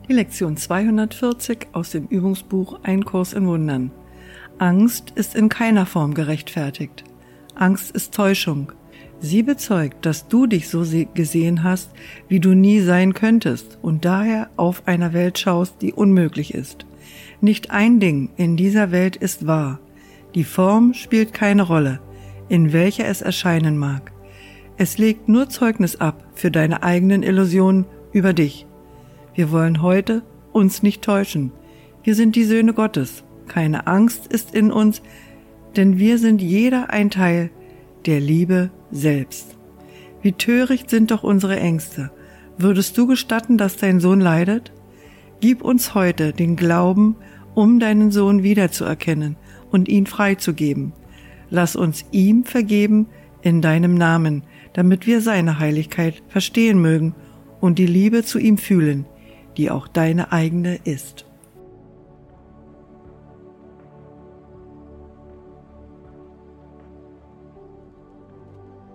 Die Lektion 240 aus dem Übungsbuch Ein Kurs in Wundern. Angst ist in keiner Form gerechtfertigt. Angst ist Täuschung. Sie bezeugt, dass du dich so gesehen hast, wie du nie sein könntest und daher auf einer Welt schaust, die unmöglich ist. Nicht ein Ding in dieser Welt ist wahr. Die Form spielt keine Rolle, in welcher es erscheinen mag. Es legt nur Zeugnis ab für deine eigenen Illusionen über dich. Wir wollen heute uns nicht täuschen. Wir sind die Söhne Gottes. Keine Angst ist in uns, denn wir sind jeder ein Teil der Liebe selbst. Wie töricht sind doch unsere Ängste. Würdest du gestatten, dass dein Sohn leidet? Gib uns heute den Glauben, um deinen Sohn wiederzuerkennen und ihn freizugeben. Lass uns ihm vergeben in deinem Namen, damit wir seine Heiligkeit verstehen mögen und die Liebe zu ihm fühlen, die auch deine eigene ist.